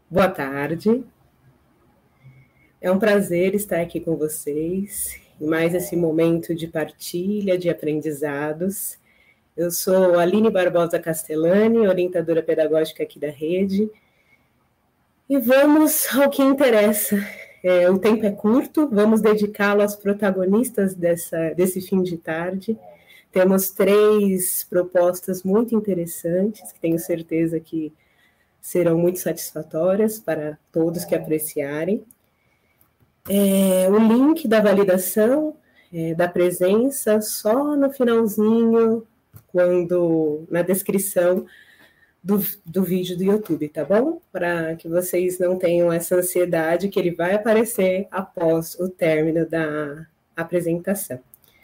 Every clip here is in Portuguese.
Boa tarde. É um prazer estar aqui com vocês em mais esse momento de partilha, de aprendizados. Eu sou Aline Barbosa Castellani, orientadora pedagógica aqui da rede, e vamos ao que interessa. O tempo é curto, vamos dedicá-lo aos protagonistas desse fim de tarde. Temos 3 propostas muito interessantes, que tenho certeza que serão muito satisfatórias para todos que apreciarem. O link da validação da presença só no finalzinho, na descrição do vídeo do YouTube, tá bom? Para que vocês não tenham essa ansiedade que ele vai aparecer após o término da apresentação.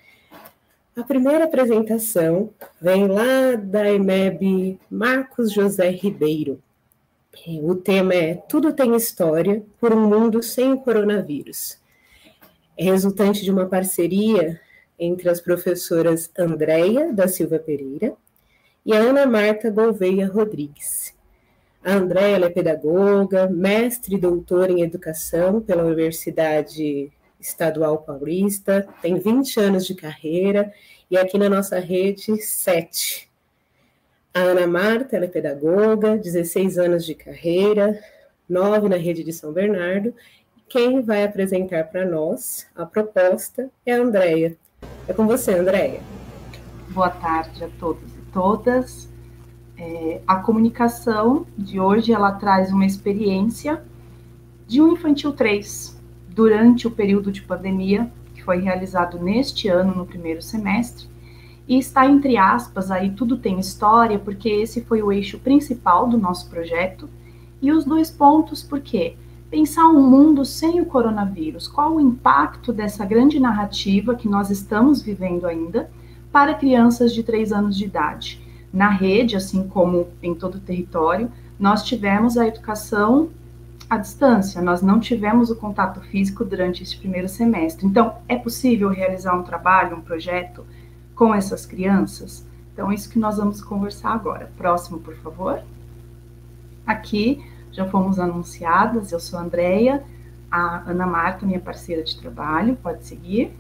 A primeira apresentação vem lá da EMEB Marcos José Ribeiro. O tema é Tudo tem História por um Mundo Sem o Coronavírus. É resultante de uma parceria entre as professoras Andréia da Silva Pereira e a Ana Marta Gouveia Rodrigues. A Andréia é pedagoga, mestre e doutora em educação pela Universidade Estadual Paulista, tem 20 anos de carreira e aqui na nossa rede, 7. A Ana Marta, ela é pedagoga, 16 anos de carreira, 9 na rede de São Bernardo. Quem vai apresentar para nós a proposta é a Andréia. É com você, Andréia. Boa tarde a todos e todas. A comunicação de hoje, ela traz uma experiência de um Infantil 3, durante o período de pandemia, que foi realizado neste ano, no primeiro semestre, e está entre aspas, aí tudo tem história, porque esse foi o eixo principal do nosso projeto, e os 2 pontos, por quê? Pensar um mundo sem o coronavírus, qual o impacto dessa grande narrativa que nós estamos vivendo ainda para crianças de 3 anos de idade. Na rede, assim como em todo o território, nós tivemos a educação à distância, nós não tivemos o contato físico durante esse primeiro semestre. Então, é possível realizar um trabalho, um projeto com essas crianças? Então, é isso que nós vamos conversar agora. Próximo, por favor. Aqui, já fomos anunciadas, eu sou a Andréia, a Ana Marta, minha parceira de trabalho, pode seguir.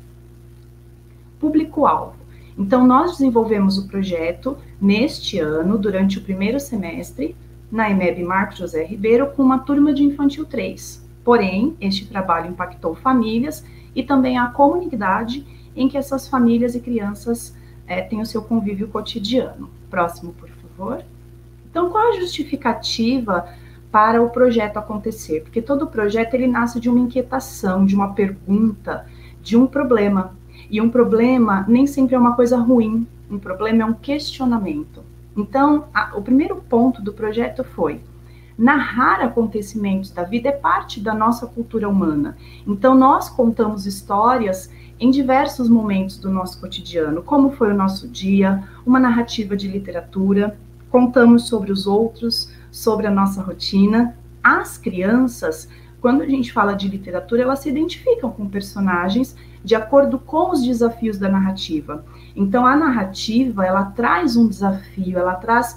Público-alvo. Então, nós desenvolvemos o projeto neste ano, durante o primeiro semestre, na EMEB Marcos José Ribeiro, com uma turma de Infantil 3. Porém, este trabalho impactou famílias e também a comunidade em que essas famílias e crianças têm o seu convívio cotidiano. Próximo, por favor. Então, qual a justificativa para o projeto acontecer? Porque todo projeto ele nasce de uma inquietação, de uma pergunta, de um problema. E um problema nem sempre é uma coisa ruim, um problema é um questionamento. Então, o primeiro ponto do projeto foi: narrar acontecimentos da vida é parte da nossa cultura humana. Então, nós contamos histórias em diversos momentos do nosso cotidiano, como foi o nosso dia, uma narrativa de literatura, contamos sobre os outros, sobre a nossa rotina. As crianças, quando a gente fala de literatura, elas se identificam com personagens de acordo com os desafios da narrativa. Então, a narrativa, ela traz um desafio, ela traz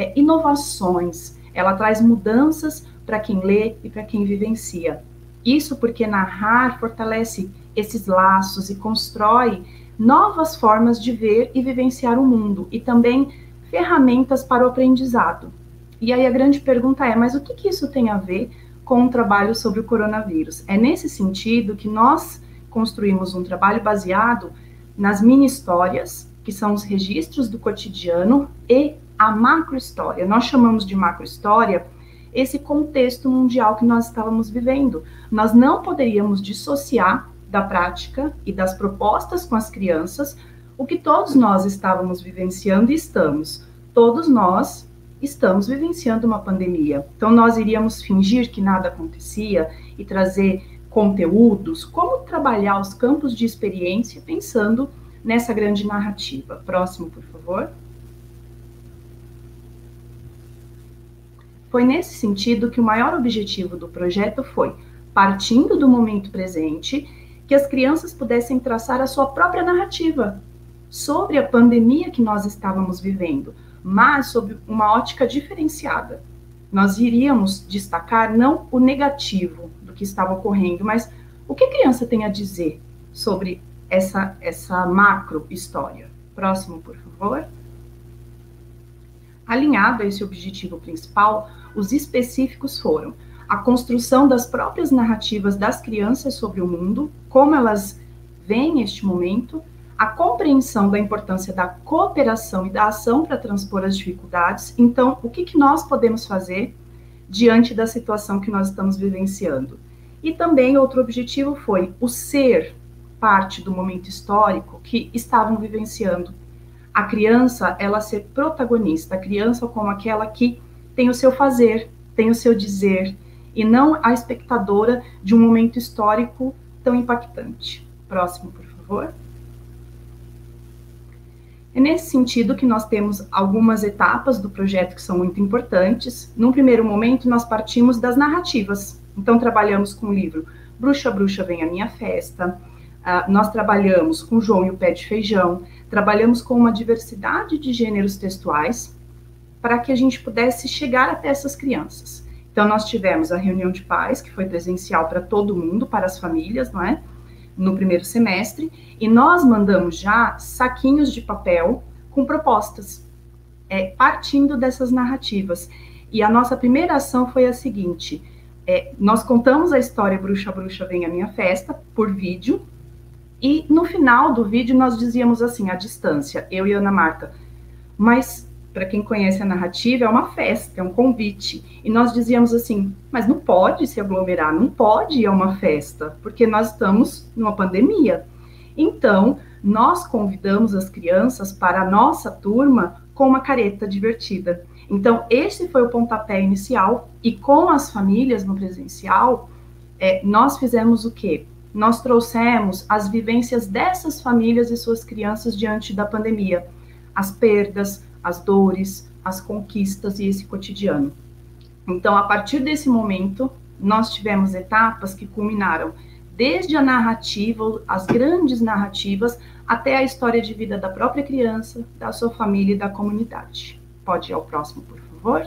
inovações, ela traz mudanças para quem lê e para quem vivencia. Isso porque narrar fortalece esses laços e constrói novas formas de ver e vivenciar o mundo, e também ferramentas para o aprendizado. E aí a grande pergunta é, mas o que isso tem a ver com o trabalho sobre o coronavírus? É nesse sentido que nós construímos um trabalho baseado nas mini-histórias, que são os registros do cotidiano, e a macro-história. Nós chamamos de macro-história esse contexto mundial que nós estávamos vivendo. Nós não poderíamos dissociar da prática e das propostas com as crianças o que todos nós estávamos vivenciando e estamos. Todos nós estamos vivenciando uma pandemia. Então, nós iríamos fingir que nada acontecia e trazer conteúdos, como trabalhar os campos de experiência pensando nessa grande narrativa. Próximo, por favor. Foi nesse sentido que o maior objetivo do projeto foi, partindo do momento presente, que as crianças pudessem traçar a sua própria narrativa sobre a pandemia que nós estávamos vivendo, mas sob uma ótica diferenciada. nós iríamos destacar não o negativo do que estava ocorrendo, mas o que a criança tem a dizer sobre essa macro história. Próximo, por favor. Alinhado a esse objetivo principal, os específicos foram a construção das próprias narrativas das crianças sobre o mundo, como elas veem este momento, a compreensão da importância da cooperação e da ação para transpor as dificuldades. Então, o que nós podemos fazer diante da situação que nós estamos vivenciando? E também outro objetivo foi o ser parte do momento histórico que estavam vivenciando. A criança, ela ser protagonista, a criança como aquela que tem o seu fazer, tem o seu dizer, e não a espectadora de um momento histórico tão impactante. Próximo, por favor. É nesse sentido que nós temos algumas etapas do projeto que são muito importantes. Num primeiro momento, nós partimos das narrativas. Então, trabalhamos com o livro Bruxa, Bruxa, Vem a Minha Festa. Nós trabalhamos com João e o Pé de Feijão. Trabalhamos com uma diversidade de gêneros textuais para que a gente pudesse chegar até essas crianças. Então, nós tivemos a reunião de pais, que foi presencial para todo mundo, para as famílias, não é? No primeiro semestre, e nós mandamos já saquinhos de papel com propostas, partindo dessas narrativas. E a nossa primeira ação foi a seguinte, nós contamos a história Bruxa, Bruxa, Vem a Minha Festa, por vídeo, e no final do vídeo nós dizíamos assim, à distância, eu e Ana Marta, mas para quem conhece a narrativa, é uma festa, é um convite. E nós dizíamos assim, mas não pode se aglomerar, não pode ir a uma festa, porque nós estamos numa pandemia. Então, nós convidamos as crianças para a nossa turma com uma careta divertida. Então, esse foi o pontapé inicial, e com as famílias no presencial, nós fizemos o quê? Nós trouxemos as vivências dessas famílias e suas crianças diante da pandemia, as perdas, as dores, as conquistas e esse cotidiano. Então, a partir desse momento, nós tivemos etapas que culminaram desde a narrativa, as grandes narrativas, até a história de vida da própria criança, da sua família e da comunidade. Pode ir ao próximo, por favor?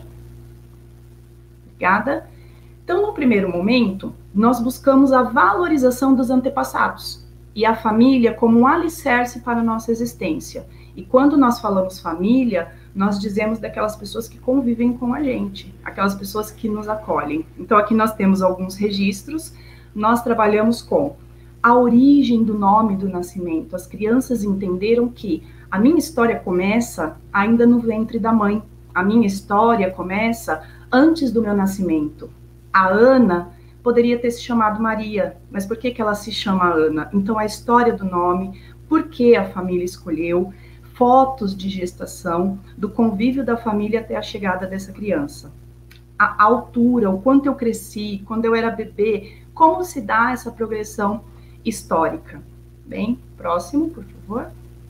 Obrigada. Então, no primeiro momento, nós buscamos a valorização dos antepassados e a família como um alicerce para a nossa existência. E quando nós falamos família, nós dizemos daquelas pessoas que convivem com a gente, aquelas pessoas que nos acolhem. Então, aqui nós temos alguns registros, nós trabalhamos com a origem do nome do nascimento. As crianças entenderam que a minha história começa ainda no ventre da mãe, a minha história começa antes do meu nascimento. A Ana poderia ter se chamado Maria, mas por que ela se chama Ana? Então, a história do nome, por que a família escolheu, fotos de gestação, do convívio da família até a chegada dessa criança. A altura, o quanto eu cresci, quando eu era bebê, como se dá essa progressão histórica. Bem, próximo, por favor.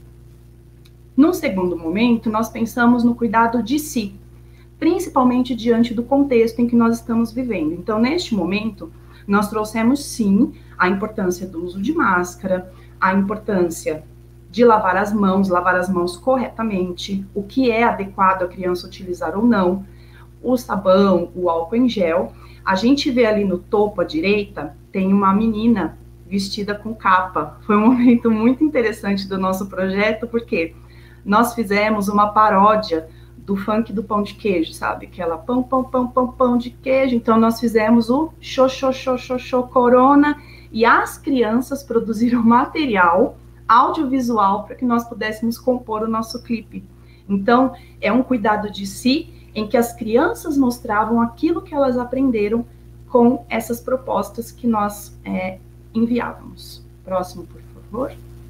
Num segundo momento, nós pensamos no cuidado de si, principalmente diante do contexto em que nós estamos vivendo. Então, neste momento, nós trouxemos, sim, a importância do uso de máscara, a importância de lavar as mãos corretamente, o que é adequado a criança utilizar ou não, o sabão, o álcool em gel. A gente vê ali no topo à direita, tem uma menina vestida com capa. Foi um momento muito interessante do nosso projeto, porque nós fizemos uma paródia do funk do pão de queijo, sabe? Aquela pão, pão, pão, pão, pão de queijo. Então, nós fizemos o xoxô corona, e as crianças produziram material audiovisual para que nós pudéssemos compor o nosso clipe. Então, é um cuidado de si, em que as crianças mostravam aquilo que elas aprenderam com essas propostas que nós enviávamos. Próximo, por favor.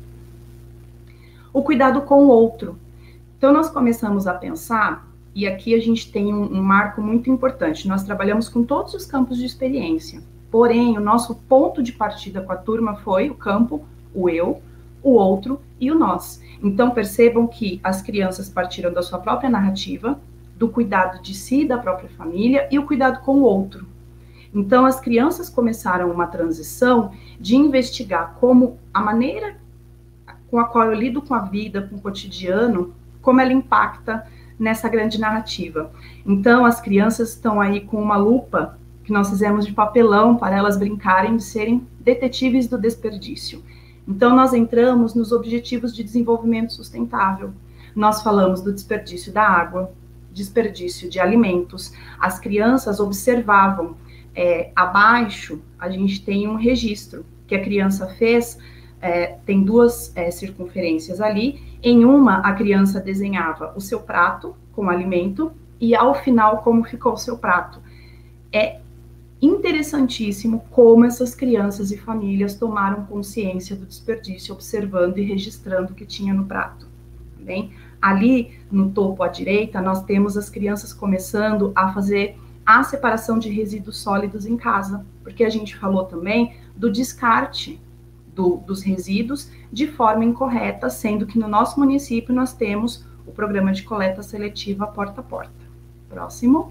O cuidado com o outro. Então, nós começamos a pensar, e aqui a gente tem um marco muito importante, nós trabalhamos com todos os campos de experiência, porém, o nosso ponto de partida com a turma foi o campo, o eu, o outro e o nós. Então, percebam que as crianças partiram da sua própria narrativa, do cuidado de si, da própria família, e o cuidado com o outro. Então, as crianças começaram uma transição de investigar como a maneira com a qual eu lido com a vida, com o cotidiano, como ela impacta nessa grande narrativa. Então, as crianças estão aí com uma lupa que nós fizemos de papelão para elas brincarem de serem detetives do desperdício. Então, nós entramos nos objetivos de desenvolvimento sustentável. Nós falamos do desperdício da água, desperdício de alimentos. As crianças observavam, abaixo a gente tem um registro que a criança fez, tem duas circunferências ali. Em uma, a criança desenhava o seu prato com alimento e ao final como ficou o seu prato. É interessantíssimo como essas crianças e famílias tomaram consciência do desperdício, observando e registrando o que tinha no prato. Bem, ali no topo à direita, nós temos as crianças começando a fazer a separação de resíduos sólidos em casa, porque a gente falou também do descarte dos resíduos de forma incorreta, sendo que no nosso município nós temos o programa de coleta seletiva porta a porta. Próximo.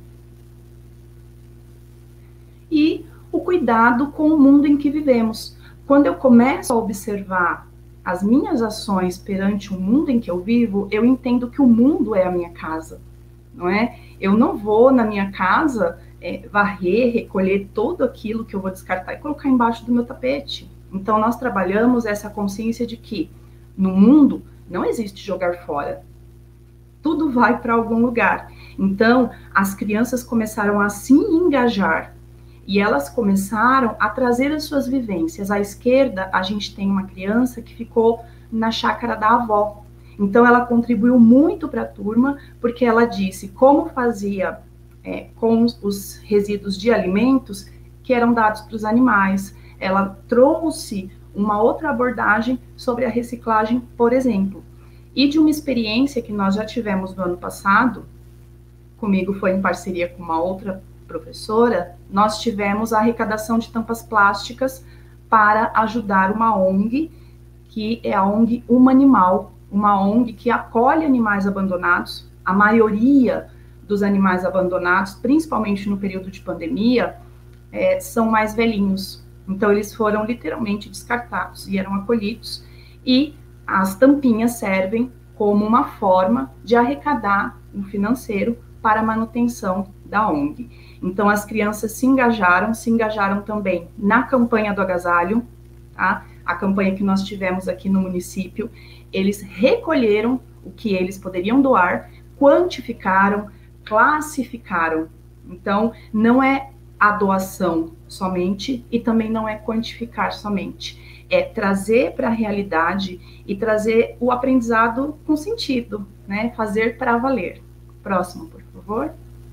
E o cuidado com o mundo em que vivemos. Quando eu começo a observar as minhas ações perante o mundo em que eu vivo, eu entendo que o mundo é a minha casa, não é? Eu não vou na minha casa varrer, recolher tudo aquilo que eu vou descartar e colocar embaixo do meu tapete. Então, nós trabalhamos essa consciência de que no mundo não existe jogar fora. Tudo vai para algum lugar. Então, as crianças começaram a se engajar e elas começaram a trazer as suas vivências. À esquerda, a gente tem uma criança que ficou na chácara da avó. Então, ela contribuiu muito para a turma, porque ela disse como fazia com os resíduos de alimentos que eram dados para os animais. Ela trouxe uma outra abordagem sobre a reciclagem, por exemplo. E de uma experiência que nós já tivemos no ano passado, comigo foi em parceria com uma outra professora, nós tivemos a arrecadação de tampas plásticas para ajudar uma ONG, que é a ONG Uma Animal, uma ONG que acolhe animais abandonados. A maioria dos animais abandonados, principalmente no período de pandemia, são mais velhinhos. Então, eles foram literalmente descartados e eram acolhidos. E as tampinhas servem como uma forma de arrecadar um financeiro para a manutenção da ONG. Então, as crianças se engajaram também na campanha do agasalho, tá? A campanha que nós tivemos aqui no município. Eles recolheram o que eles poderiam doar, quantificaram, classificaram. Então, não é a doação somente e também não é quantificar somente. É trazer para a realidade e trazer o aprendizado com sentido, né? Fazer para valer. Próximo, por favor.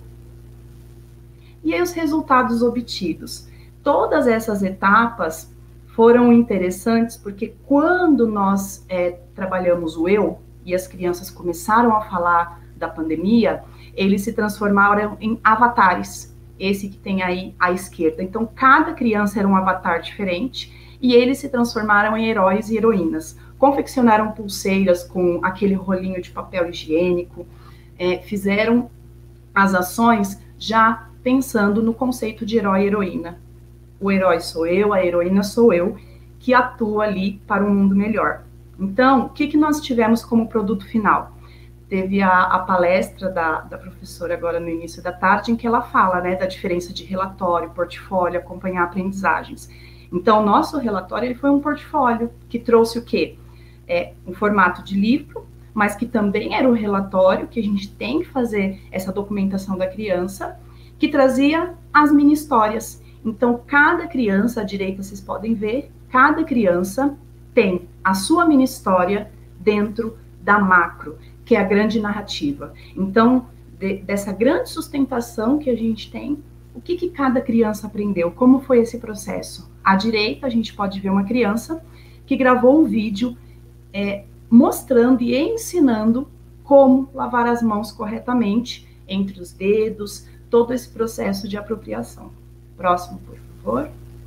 E aí os resultados obtidos. Todas essas etapas foram interessantes porque quando nós trabalhamos o eu e as crianças começaram a falar da pandemia, eles se transformaram em avatares. Esse que tem aí à esquerda. Então, cada criança era um avatar diferente e eles se transformaram em heróis e heroínas. Confeccionaram pulseiras com aquele rolinho de papel higiênico, fizeram as ações já pensando no conceito de herói e heroína. O herói sou eu, a heroína sou eu, que atua ali para um mundo melhor. Então, o que nós tivemos como produto final? Teve a palestra da professora agora no início da tarde, em que ela fala, né, da diferença de relatório, portfólio, acompanhar aprendizagens. Então, o nosso relatório ele foi um portfólio que trouxe o quê? Um formato de livro, mas que também era o relatório, que a gente tem que fazer essa documentação da criança, que trazia as mini histórias. Então, cada criança, à direita vocês podem ver, cada criança tem a sua mini história dentro da macro, que é a grande narrativa. Então, dessa grande sustentação que a gente tem, o que cada criança aprendeu? Como foi esse processo? À direita, a gente pode ver uma criança que gravou um vídeo mostrando e ensinando como lavar as mãos corretamente, entre os dedos, todo esse processo de apropriação. Próximo, por favor.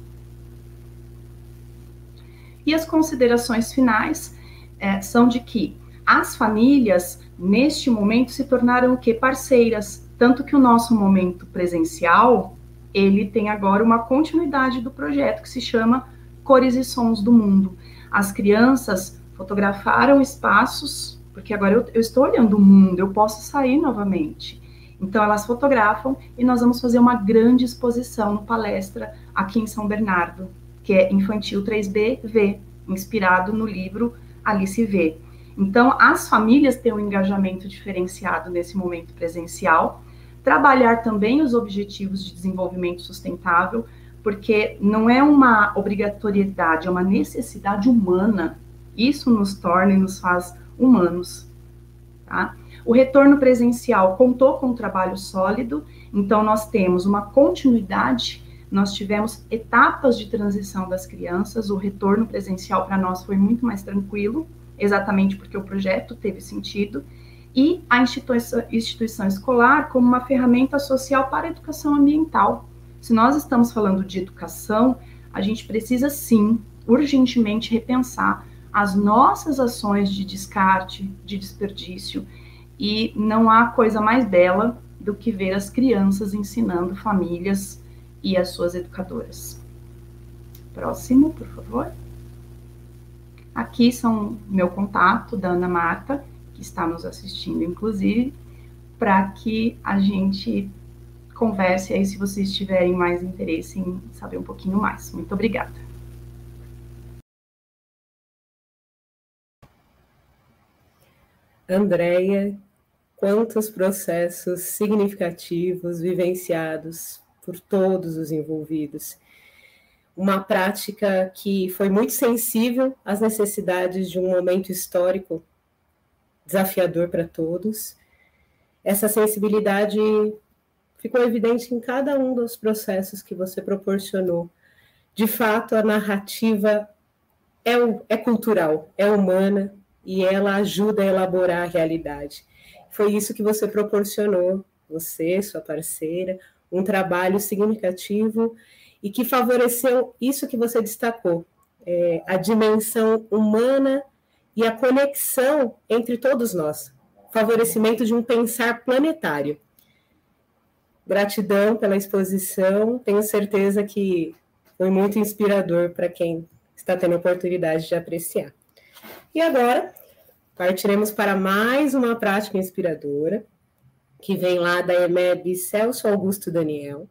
E as considerações finais são de que as famílias, neste momento, se tornaram o quê? Parceiras. Tanto que o nosso momento presencial, ele tem agora uma continuidade do projeto que se chama Cores e Sons do Mundo. As crianças fotografaram espaços porque agora eu estou olhando o mundo, eu posso sair novamente. Então, elas fotografam e nós vamos fazer uma grande exposição no palestra aqui em São Bernardo, que é Infantil 3B-V, inspirado no livro Alice V. Então, as famílias têm um engajamento diferenciado nesse momento presencial, trabalhar também os objetivos de desenvolvimento sustentável, porque não é uma obrigatoriedade, é uma necessidade humana. Isso nos torna e nos faz humanos, tá? O retorno presencial contou com um trabalho sólido, então nós temos uma continuidade, nós tivemos etapas de transição das crianças, o retorno presencial para nós foi muito mais tranquilo, exatamente porque o projeto teve sentido, e a instituição escolar como uma ferramenta social para a educação ambiental. Se nós estamos falando de educação, a gente precisa sim, urgentemente repensar as nossas ações de descarte, de desperdício, e não há coisa mais bela do que ver as crianças ensinando famílias e as suas educadoras. Próximo, por favor. Aqui são meu contato da Ana Marta, que está nos assistindo, inclusive, para que a gente converse aí se vocês tiverem mais interesse em saber um pouquinho mais. Muito obrigada. Andréia, quantos processos significativos vivenciados por todos os envolvidos. Uma prática que foi muito sensível às necessidades de um momento histórico desafiador para todos. Essa sensibilidade ficou evidente em cada um dos processos que você proporcionou. De fato, a narrativa é cultural, é humana, e ela ajuda a elaborar a realidade. Foi isso que você proporcionou, você, sua parceira, um trabalho significativo e que favoreceu isso que você destacou, a dimensão humana e a conexão entre todos nós, favorecimento de um pensar planetário. Gratidão pela exposição, tenho certeza que foi muito inspirador para quem está tendo a oportunidade de apreciar. E agora, partiremos para mais uma prática inspiradora, que vem lá da EMEB Celso Augusto Daniel.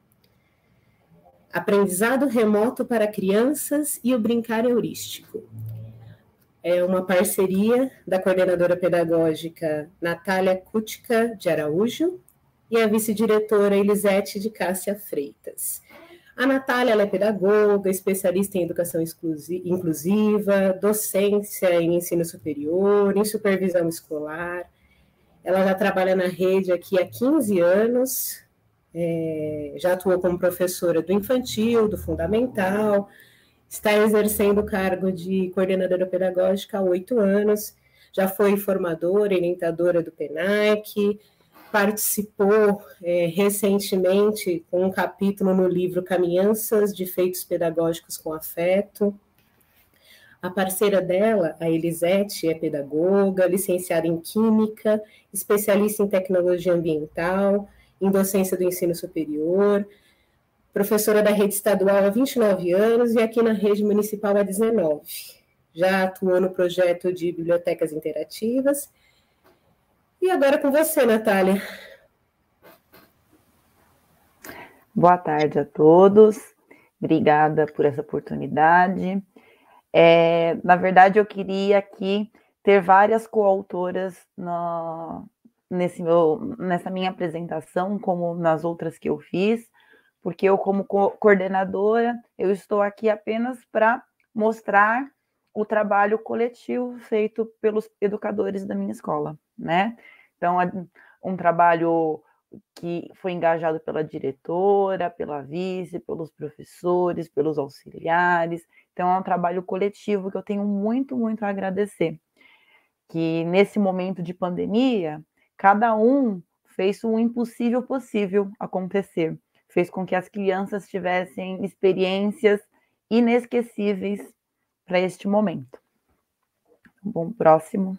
Aprendizado remoto para crianças e o brincar heurístico. É uma parceria da coordenadora pedagógica Natália Kutka de Araújo e a vice-diretora Elisete de Cássia Freitas. A Natália ela é pedagoga, especialista em educação inclusiva, docência em ensino superior, em supervisão escolar. Ela já trabalha na rede aqui há 15 anos, já atuou como professora do infantil, do fundamental, está exercendo o cargo de coordenadora pedagógica há 8 anos, já foi formadora, orientadora do PENAC, participou recentemente com um capítulo no livro Caminhanças de Feitos Pedagógicos com Afeto. A parceira dela, a Elisete, é pedagoga, licenciada em Química, especialista em Tecnologia Ambiental, em docência do ensino superior, professora da rede estadual há 29 anos e aqui na rede municipal há 19. Já atuou no projeto de bibliotecas interativas. E agora com você, Natália. Boa tarde a todos. Obrigada por essa oportunidade. Na verdade, eu queria aqui ter várias coautoras nessa minha apresentação, como nas outras que eu fiz, porque eu, como coordenadora, eu estou aqui apenas para mostrar o trabalho coletivo feito pelos educadores da minha escola, né? Então, é um trabalho que foi engajado pela diretora, pela vice, pelos professores, pelos auxiliares. Então, é um trabalho coletivo que eu tenho muito, muito a agradecer. Que nesse momento de pandemia, cada um fez o impossível possível acontecer. Fez com que as crianças tivessem experiências inesquecíveis para este momento. Bom, próximo.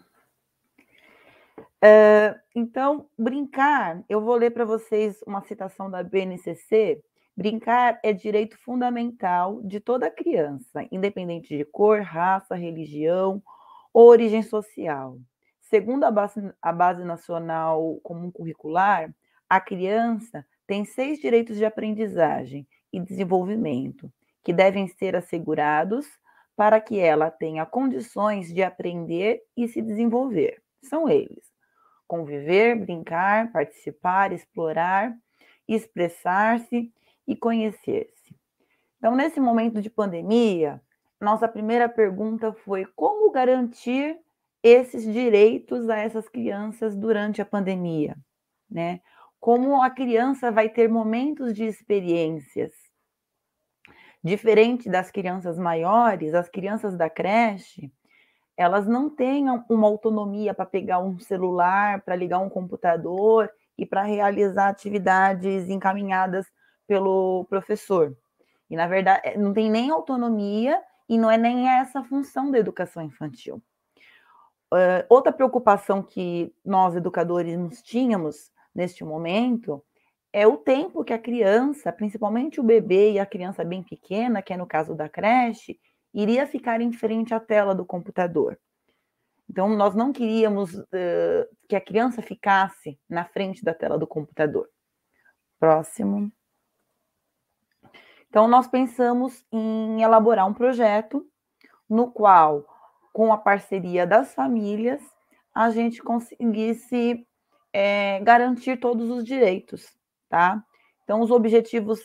Então, brincar, eu vou ler para vocês uma citação da BNCC. Brincar é direito fundamental de toda criança, independente de cor, raça, religião ou origem social. Segundo a Base Nacional Comum Curricular, a criança tem 6 direitos de aprendizagem e desenvolvimento que devem ser assegurados para que ela tenha condições de aprender e se desenvolver. São eles: conviver, brincar, participar, explorar, expressar-se e conhecer-se. Então, nesse momento de pandemia, nossa primeira pergunta foi como garantir esses direitos a essas crianças durante a pandemia, né? Como a criança vai ter momentos de experiências. Diferente das crianças maiores, as crianças da creche, elas não têm uma autonomia para pegar um celular, para ligar um computador e para realizar atividades encaminhadas pelo professor. E, na verdade, não tem nem autonomia e não é nem essa a função da educação infantil. Outra preocupação que nós, educadores, nos tínhamos neste momento é o tempo que a criança, principalmente o bebê e a criança bem pequena, que é no caso da creche, iria ficar em frente à tela do computador. Então, nós não queríamos que a criança ficasse na frente da tela do computador. Próximo. Então, nós pensamos em elaborar um projeto no qual, com a parceria das famílias, a gente conseguisse garantir todos os direitos, tá? Então, os objetivos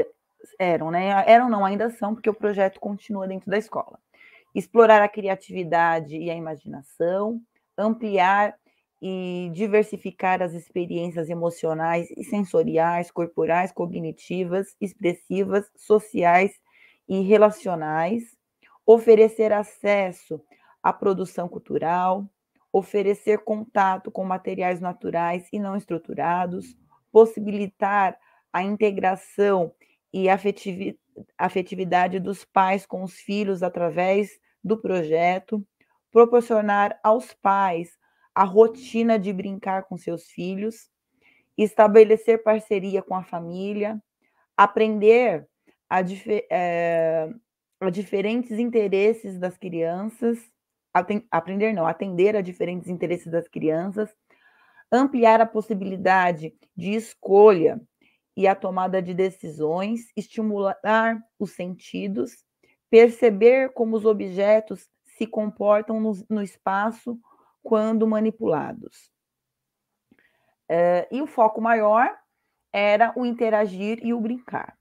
ainda são, porque o projeto continua dentro da escola. Explorar a criatividade e a imaginação, ampliar e diversificar as experiências emocionais e sensoriais, corporais, cognitivas, expressivas, sociais e relacionais, oferecer acesso à produção cultural, oferecer contato com materiais naturais e não estruturados, possibilitar a integração e afetividade dos pais com os filhos através do projeto, proporcionar aos pais a rotina de brincar com seus filhos, estabelecer parceria com a família, aprender a diferentes interesses das crianças, atender a diferentes interesses das crianças, ampliar a possibilidade de escolha e a tomada de decisões, estimular os sentidos, perceber como os objetos se comportam no espaço quando manipulados. E o foco maior era o interagir e o brincar.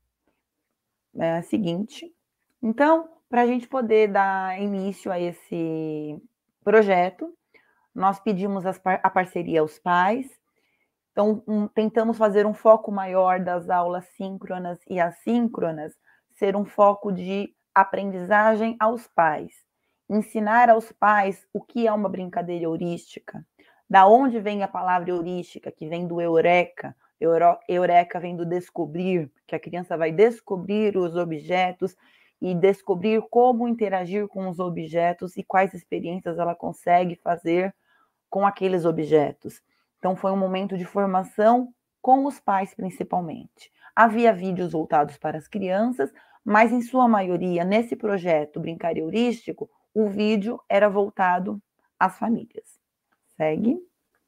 Seguinte. Então, para a gente poder dar início a esse projeto, nós pedimos a parceria aos pais. Então, tentamos fazer um foco maior das aulas síncronas e assíncronas, ser um foco de aprendizagem aos pais. Ensinar aos pais o que é uma brincadeira heurística, da onde vem a palavra heurística, que vem do eureka. Eureka vem do descobrir, que a criança vai descobrir os objetos e descobrir como interagir com os objetos e quais experiências ela consegue fazer com aqueles objetos. Então, foi um momento de formação com os pais, principalmente. Havia vídeos voltados para as crianças, mas, em sua maioria, nesse projeto Brincar Heurístico, o vídeo era voltado às famílias. Segue.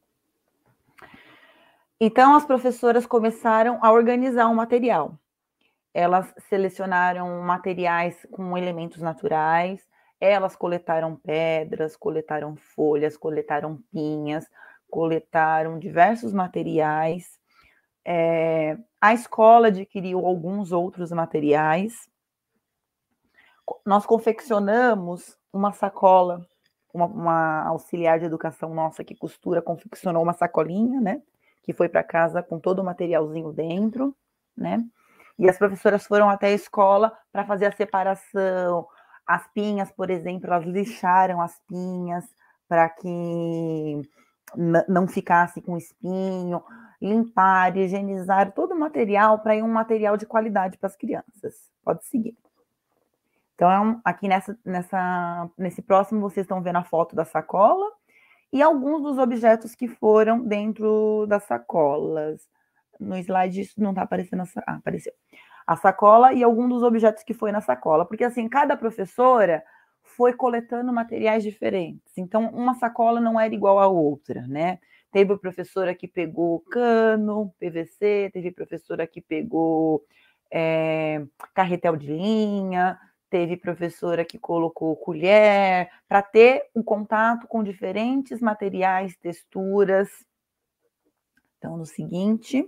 Então, as professoras começaram a organizar o material. Elas selecionaram materiais com elementos naturais, elas coletaram pedras, coletaram folhas, coletaram pinhas, coletaram diversos materiais. A escola adquiriu alguns outros materiais. Nós confeccionamos uma sacola, uma auxiliar de educação nossa que costura, confeccionou uma sacolinha, né? Que foi para casa com todo o materialzinho dentro, né? E as professoras foram até a escola para fazer a separação. As pinhas, por exemplo, elas lixaram as pinhas para que não ficasse com espinho, limpar, higienizar todo o material para ir um material de qualidade para as crianças. Pode seguir. Então, aqui nesse próximo, vocês estão vendo a foto da sacola e alguns dos objetos que foram dentro das sacolas. No slide isso não está aparecendo. Apareceu. A sacola e algum dos objetos que foi na sacola. Porque, assim, cada professora foi coletando materiais diferentes. Então, uma sacola não era igual à outra, né? Teve professora que pegou cano, PVC, teve professora que pegou carretel de linha, teve professora que colocou colher, para ter um contato com diferentes materiais, texturas. Então, no seguinte...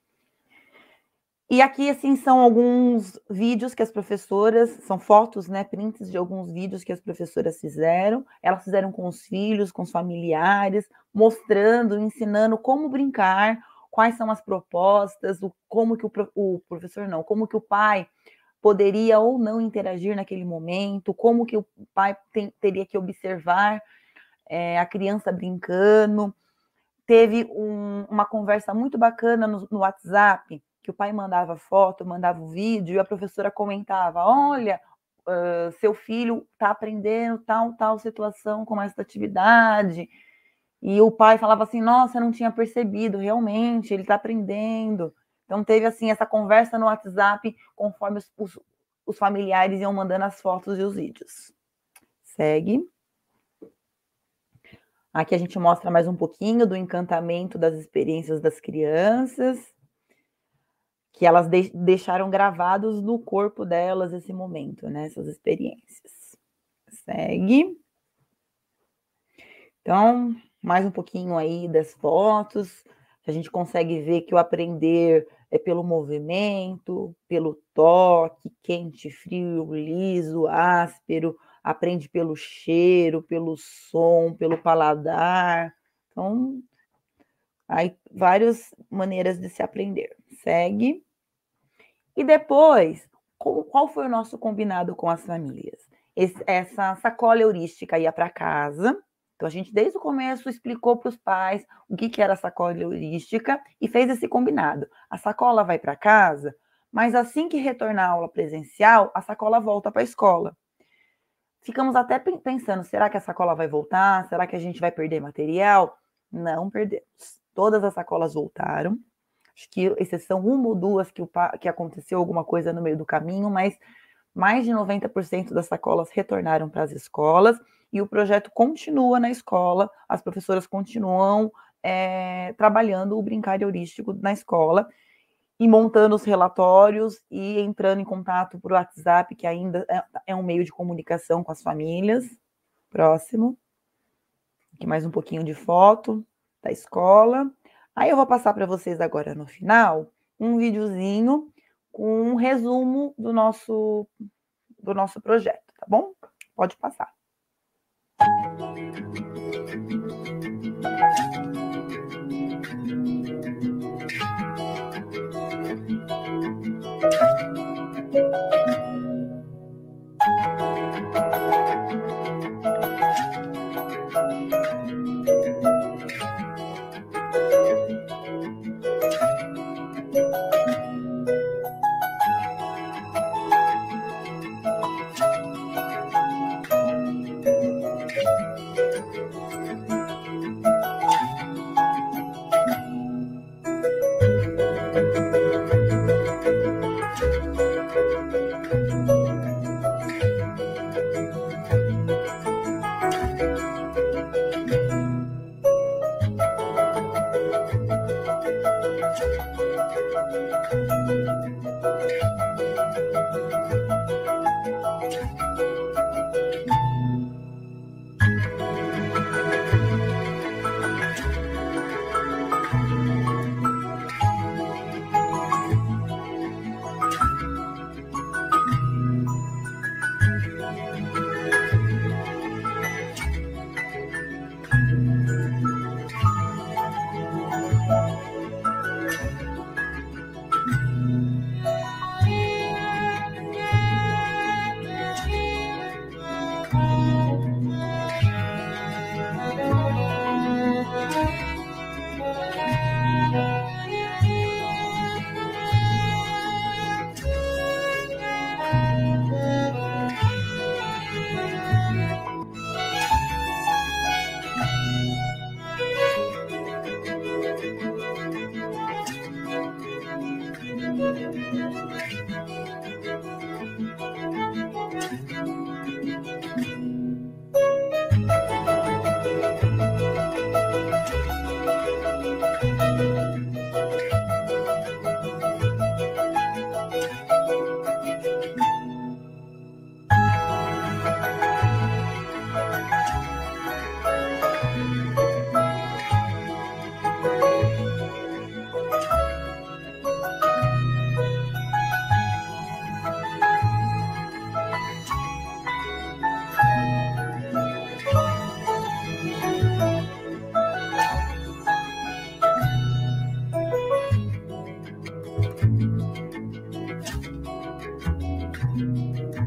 E aqui, assim, são alguns vídeos que as professoras, são fotos, né, prints de alguns vídeos que as professoras fizeram. Elas fizeram com os filhos, com os familiares, mostrando, ensinando como brincar, quais são as propostas, como que o professor não, como que o pai poderia ou não interagir naquele momento, como que o pai teria que observar a criança brincando. Teve uma conversa muito bacana no WhatsApp, que o pai mandava foto, mandava o vídeo, e a professora comentava, olha, seu filho está aprendendo tal situação com essa atividade, e o pai falava assim, nossa, eu não tinha percebido, realmente, ele está aprendendo. Então teve assim essa conversa no WhatsApp, conforme os familiares iam mandando as fotos e os vídeos. Segue. Aqui a gente mostra mais um pouquinho do encantamento das experiências das crianças, que elas deixaram gravados no corpo delas esse momento, né? Essas experiências. Segue. Então, mais um pouquinho aí das fotos. A gente consegue ver que o aprender é pelo movimento, pelo toque, quente, frio, liso, áspero, aprende pelo cheiro, pelo som, pelo paladar. Então, aí várias maneiras de se aprender. Segue. E depois, qual foi o nosso combinado com as famílias? Essa sacola heurística ia para casa. Então, a gente, desde o começo, explicou para os pais o que era a sacola heurística e fez esse combinado. A sacola vai para casa, mas assim que retornar à aula presencial, a sacola volta para a escola. Ficamos até pensando, será que a sacola vai voltar? Será que a gente vai perder material? Não perdemos. Todas as sacolas voltaram. Acho que exceção uma ou duas que aconteceu alguma coisa no meio do caminho, mas mais de 90% das sacolas retornaram para as escolas e o projeto continua na escola, as professoras continuam trabalhando o brincar heurístico na escola e montando os relatórios e entrando em contato por WhatsApp, que ainda é um meio de comunicação com as famílias. Próximo. Aqui mais um pouquinho de foto da escola. Aí eu vou passar para vocês agora no final um videozinho com um resumo do nosso projeto, tá bom? Pode passar.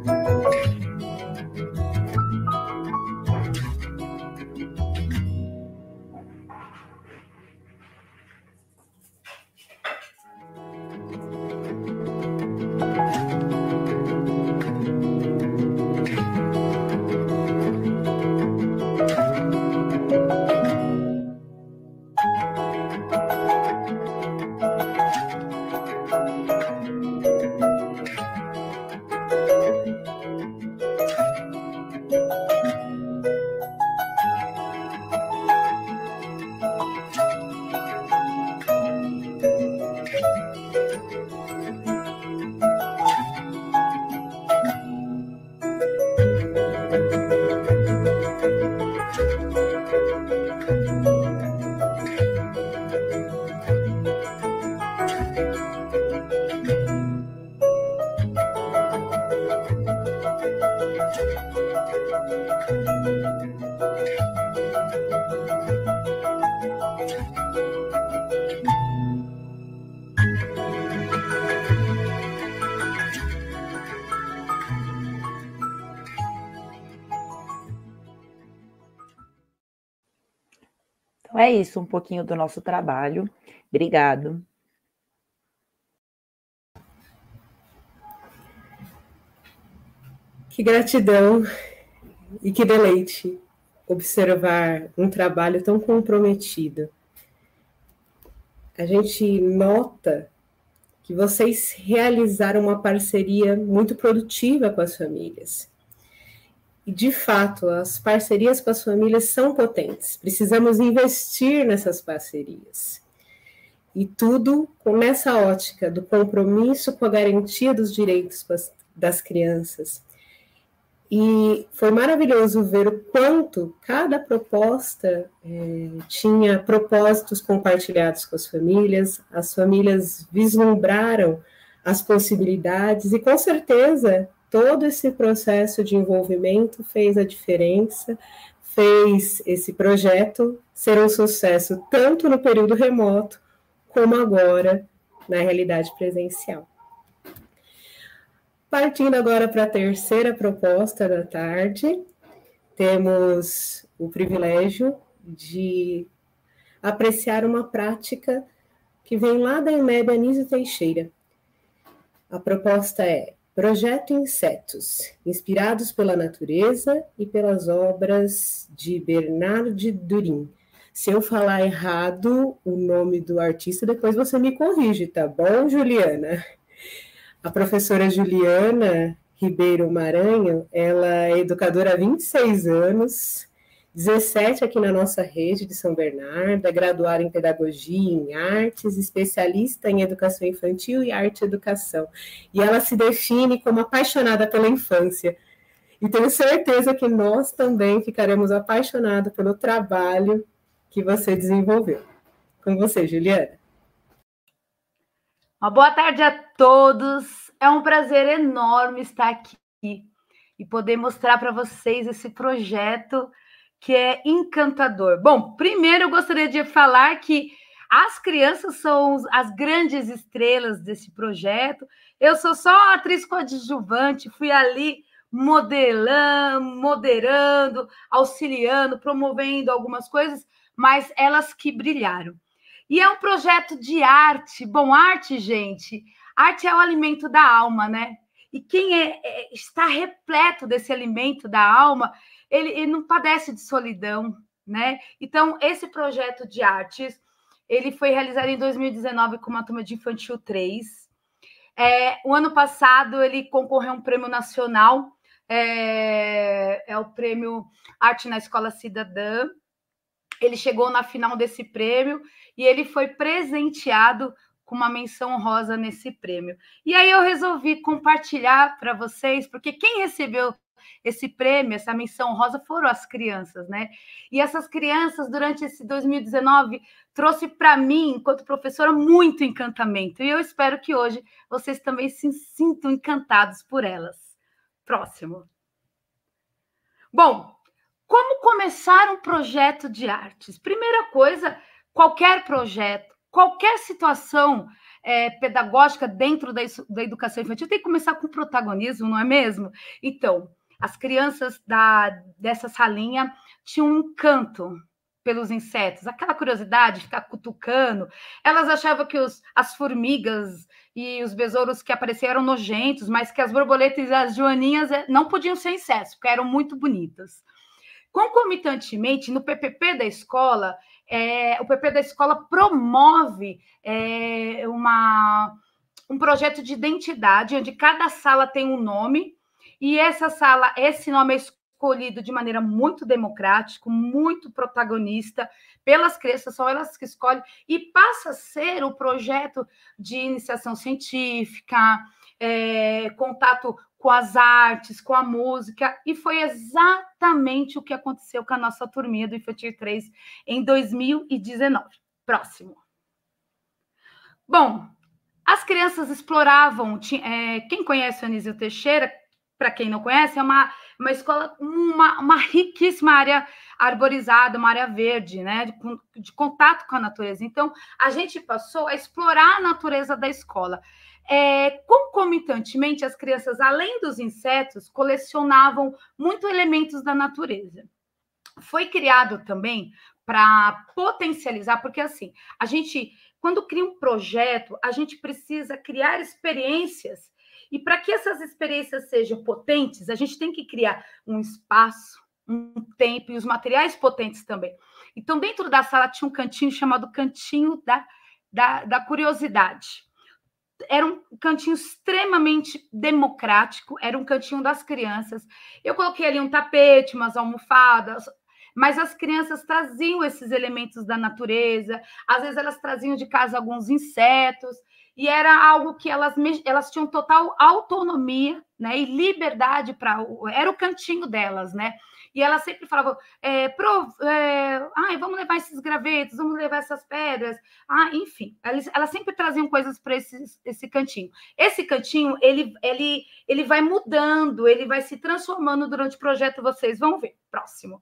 Então é isso, um pouquinho do nosso trabalho. Obrigado. Que gratidão e que deleite observar um trabalho tão comprometido. A gente nota que vocês realizaram uma parceria muito produtiva com as famílias. E, de fato, as parcerias com as famílias são potentes. Precisamos investir nessas parcerias. E tudo nessa ótica do compromisso com a garantia dos direitos das crianças. E foi maravilhoso ver o quanto cada proposta tinha propósitos compartilhados com as famílias vislumbraram as possibilidades e, com certeza, todo esse processo de envolvimento fez a diferença, fez esse projeto ser um sucesso tanto no período remoto como agora na realidade presencial. Partindo agora para a terceira proposta da tarde, temos o privilégio de apreciar uma prática que vem lá da EMEB Anísio Teixeira. A proposta é Projeto Insetos, inspirados pela natureza e pelas obras de Bernard Durin. Se eu falar errado o nome do artista, depois você me corrige, tá bom, Juliana? A professora Juliana Ribeiro Maranhão, ela é educadora há 26 anos, 17 aqui na nossa rede de São Bernardo, é graduada em Pedagogia e em Artes, especialista em Educação Infantil e Arte e Educação. E ela se define como apaixonada pela infância. E tenho certeza que nós também ficaremos apaixonados pelo trabalho que você desenvolveu. Com você, Juliana. Uma boa tarde a todos. É um prazer enorme estar aqui e poder mostrar para vocês esse projeto que é encantador. Bom, primeiro eu gostaria de falar que as crianças são as grandes estrelas desse projeto. Eu sou só atriz coadjuvante, fui ali moderando, auxiliando, promovendo algumas coisas, mas elas que brilharam. E é um projeto de arte. Bom, arte, gente, arte é o alimento da alma, né? E quem está repleto desse alimento da alma, ele não padece de solidão, né? Então, esse projeto de artes, ele foi realizado em 2019 com uma turma de Infantil 3. O ano passado, ele concorreu a um prêmio nacional, é o prêmio Arte na Escola Cidadã. Ele chegou na final desse prêmio e ele foi presenteado com uma menção honrosa nesse prêmio. E aí eu resolvi compartilhar para vocês, porque quem recebeu esse prêmio, essa menção honrosa, foram as crianças, né? E essas crianças, durante esse 2019, trouxe para mim, enquanto professora, muito encantamento. E eu espero que hoje vocês também se sintam encantados por elas. Próximo. Bom, como começar um projeto de artes? Primeira coisa, qualquer projeto, qualquer situação pedagógica dentro da educação infantil tem que começar com protagonismo, não é mesmo? Então, as crianças dessa salinha tinham um encanto pelos insetos, aquela curiosidade de ficar cutucando. Elas achavam que as formigas e os besouros que apareciam eram nojentos, mas que as borboletas e as joaninhas não podiam ser insetos, porque eram muito bonitas. Concomitantemente, no PPP da escola, o PPP da escola promove um projeto de identidade, onde cada sala tem um nome, e esse nome é escolhido de maneira muito democrática, muito protagonista, pelas crianças, são elas que escolhem, e passa a ser o projeto de iniciação científica, contato com as artes, com a música, e foi exatamente o que aconteceu com a nossa turminha do Infantil 3 em 2019. Próximo. Bom, as crianças exploravam, quem conhece o Anísio Teixeira, para quem não conhece, é uma escola, uma riquíssima área arborizada, uma área verde, né, de contato com a natureza. Então, a gente passou a explorar a natureza da escola. Concomitantemente, as crianças, além dos insetos, colecionavam muitos elementos da natureza. Foi criado também para potencializar, porque assim, a gente, quando cria um projeto, a gente precisa criar experiências, e para que essas experiências sejam potentes, a gente tem que criar um espaço, um tempo e os materiais potentes também. Então, dentro da sala tinha um cantinho chamado Cantinho da Curiosidade. Era um cantinho extremamente democrático, era um cantinho das crianças. Eu coloquei ali um tapete, umas almofadas, mas as crianças traziam esses elementos da natureza, às vezes elas traziam de casa alguns insetos, e era algo que elas tinham total autonomia, né, e liberdade era o cantinho delas, né? E ela sempre falava, vamos levar esses gravetos, vamos levar essas pedras. Enfim, elas sempre traziam coisas para esse cantinho. Esse cantinho, ele vai mudando, ele vai se transformando durante o projeto, vocês vão ver. Próximo.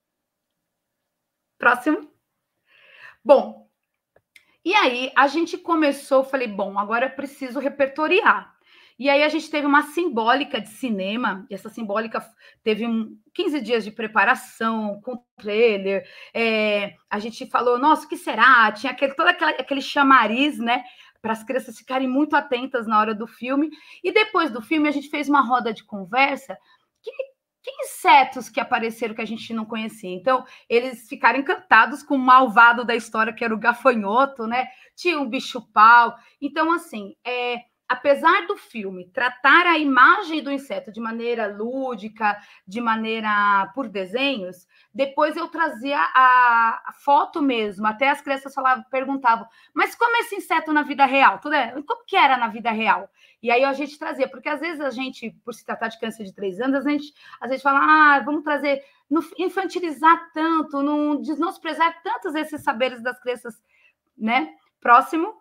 Bom, e aí a gente começou, falei, bom, agora eu preciso repertoriar. E aí a gente teve uma simbólica de cinema, e essa simbólica teve 15 dias de preparação, com trailer, a gente falou, nossa, o que será? Tinha todo aquele chamariz, né, para as crianças ficarem muito atentas na hora do filme, e depois do filme a gente fez uma roda de conversa, que insetos que apareceram que a gente não conhecia? Então, eles ficaram encantados com o malvado da história, que era o gafanhoto, né? Tinha um bicho-pau. Então, assim, apesar do filme tratar a imagem do inseto de maneira lúdica, de maneira por desenhos, depois eu trazia a foto mesmo, até as crianças perguntavam, mas como é esse inseto na vida real? Como que era na vida real? E aí a gente trazia, porque às vezes a gente, por se tratar de criança de 3 anos, a gente fala, vamos trazer, não infantilizar tanto, não desprezar tantos esses saberes das crianças, né? Próximo.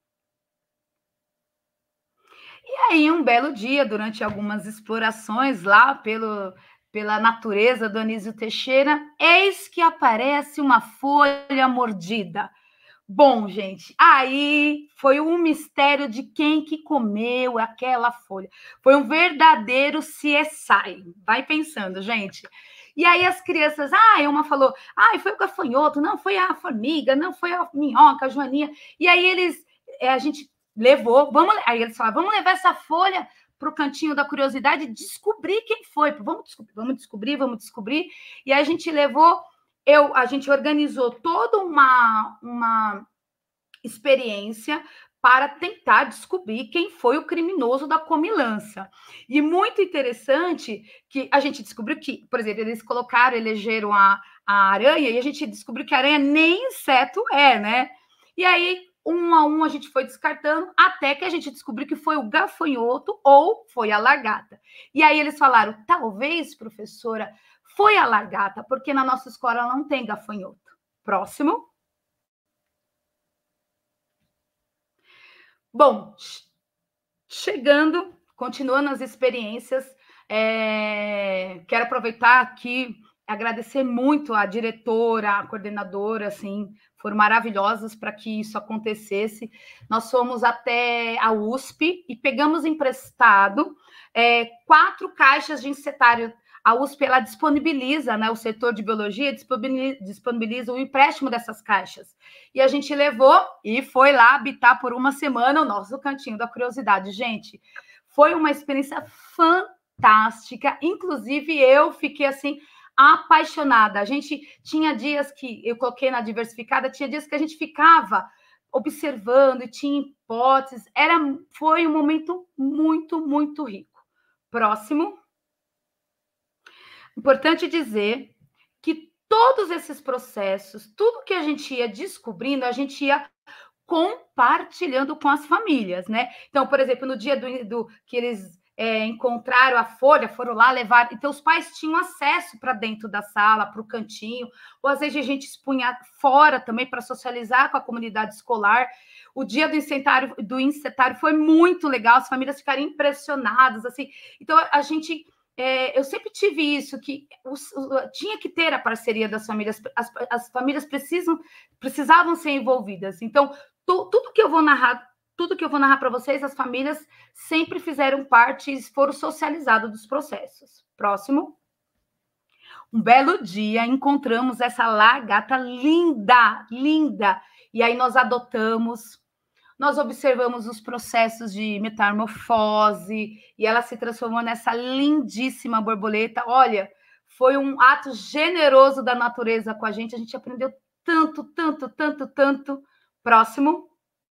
E aí, um belo dia, durante algumas explorações lá pela natureza do Anísio Teixeira, eis que aparece uma folha mordida. Bom, gente, aí foi um mistério de quem que comeu aquela folha. Foi um verdadeiro CSI. Vai pensando, gente. E aí as crianças, uma falou, foi o gafanhoto, não, foi a formiga, não, foi a minhoca, a joaninha. E aí a gente levou, aí eles falaram, vamos levar essa folha para o cantinho da curiosidade e descobrir quem foi. Vamos descobrir. E aí a gente levou, a gente organizou toda uma experiência para tentar descobrir quem foi o criminoso da comilança. E muito interessante que a gente descobriu que, por exemplo, eles elegeram a aranha, e a gente descobriu que a aranha nem inseto né? E aí, um a um, a gente foi descartando, até que a gente descobriu que foi o gafanhoto ou foi a lagarta. E aí eles falaram, talvez, professora, foi a lagarta, porque na nossa escola não tem gafanhoto. Próximo. Bom, continuando as experiências, quero aproveitar aqui agradecer muito a diretora, a coordenadora, assim, foram maravilhosas para que isso acontecesse. Nós fomos até a USP e pegamos emprestado 4 caixas de insetário. A USP, ela disponibiliza, né, o setor de biologia disponibiliza o empréstimo dessas caixas. E a gente levou e foi lá habitar por uma semana o nosso cantinho da curiosidade. Gente, foi uma experiência fantástica. Inclusive, eu fiquei, assim, apaixonada. A gente tinha dias que, eu coloquei na diversificada, tinha dias que a gente ficava observando e tinha hipóteses. Foi um momento muito, muito rico. Próximo. Importante dizer que todos esses processos, tudo que a gente ia descobrindo, a gente ia compartilhando com as famílias, né? Então, por exemplo, no dia que eles encontraram a folha, foram lá levar, então os pais tinham acesso para dentro da sala, para o cantinho, ou às vezes a gente expunha fora também para socializar com a comunidade escolar. O dia do insetário foi muito legal, as famílias ficaram impressionadas, assim. Então, a gente... eu sempre tive isso, que tinha que ter a parceria das famílias, as famílias precisavam ser envolvidas. Então, tudo que eu vou narrar para vocês, as famílias sempre fizeram parte e foram socializadas dos processos. Próximo. Um belo dia, encontramos essa lagarta linda, linda, e aí nós adotamos. Nós observamos os processos de metamorfose e ela se transformou nessa lindíssima borboleta. Olha, foi um ato generoso da natureza com a gente aprendeu tanto, tanto, tanto, tanto. Próximo.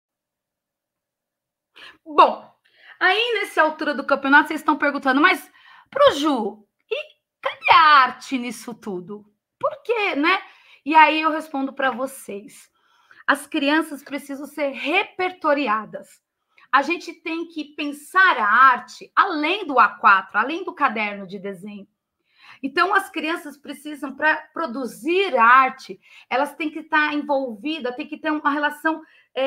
Bom, aí nessa altura do campeonato vocês estão perguntando, mas pro Ju, e cadê a arte nisso tudo? Por quê, né? E aí eu respondo para vocês. As crianças precisam ser repertoriadas. A gente tem que pensar a arte além do A4, além do caderno de desenho. Então, as crianças precisam, para produzir arte, elas têm que estar envolvidas, têm que ter uma relação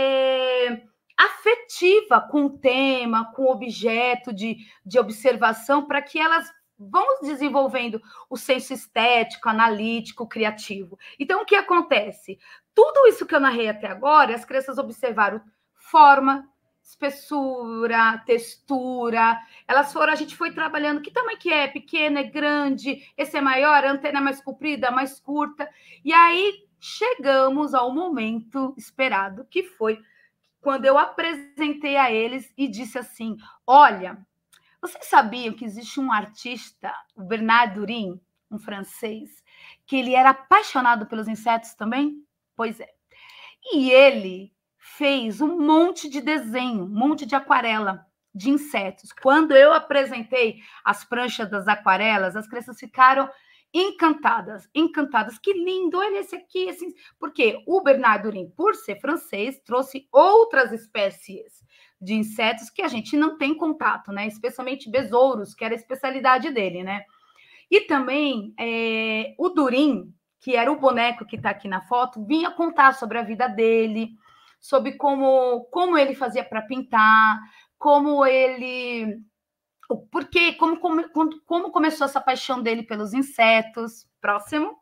afetiva com o tema, com o objeto de observação, para que elas vão desenvolvendo o senso estético, analítico, criativo. Então, o que acontece? Tudo isso que eu narrei até agora, as crianças observaram forma, espessura, textura. A gente foi trabalhando, que tamanho que é? Pequeno, é grande? Esse é maior? A antena é mais comprida, mais curta? E aí, chegamos ao momento esperado, que foi quando eu apresentei a eles e disse assim, olha, vocês sabiam que existe um artista, o Bernard Durin, um francês, que ele era apaixonado pelos insetos também? Pois é. E ele fez um monte de desenho, um monte de aquarela de insetos. Quando eu apresentei as pranchas das aquarelas, as crianças ficaram encantadas, encantadas. Que lindo, olha esse aqui. Assim. Porque o Bernard Durin, por ser francês, trouxe outras espécies de insetos que a gente não tem contato, né? Especialmente besouros, que era a especialidade dele, né? E também o Durin, que era o boneco que está aqui na foto, vinha contar sobre a vida dele, sobre como ele fazia para pintar, como ele... Porque, como começou essa paixão dele pelos insetos. Próximo.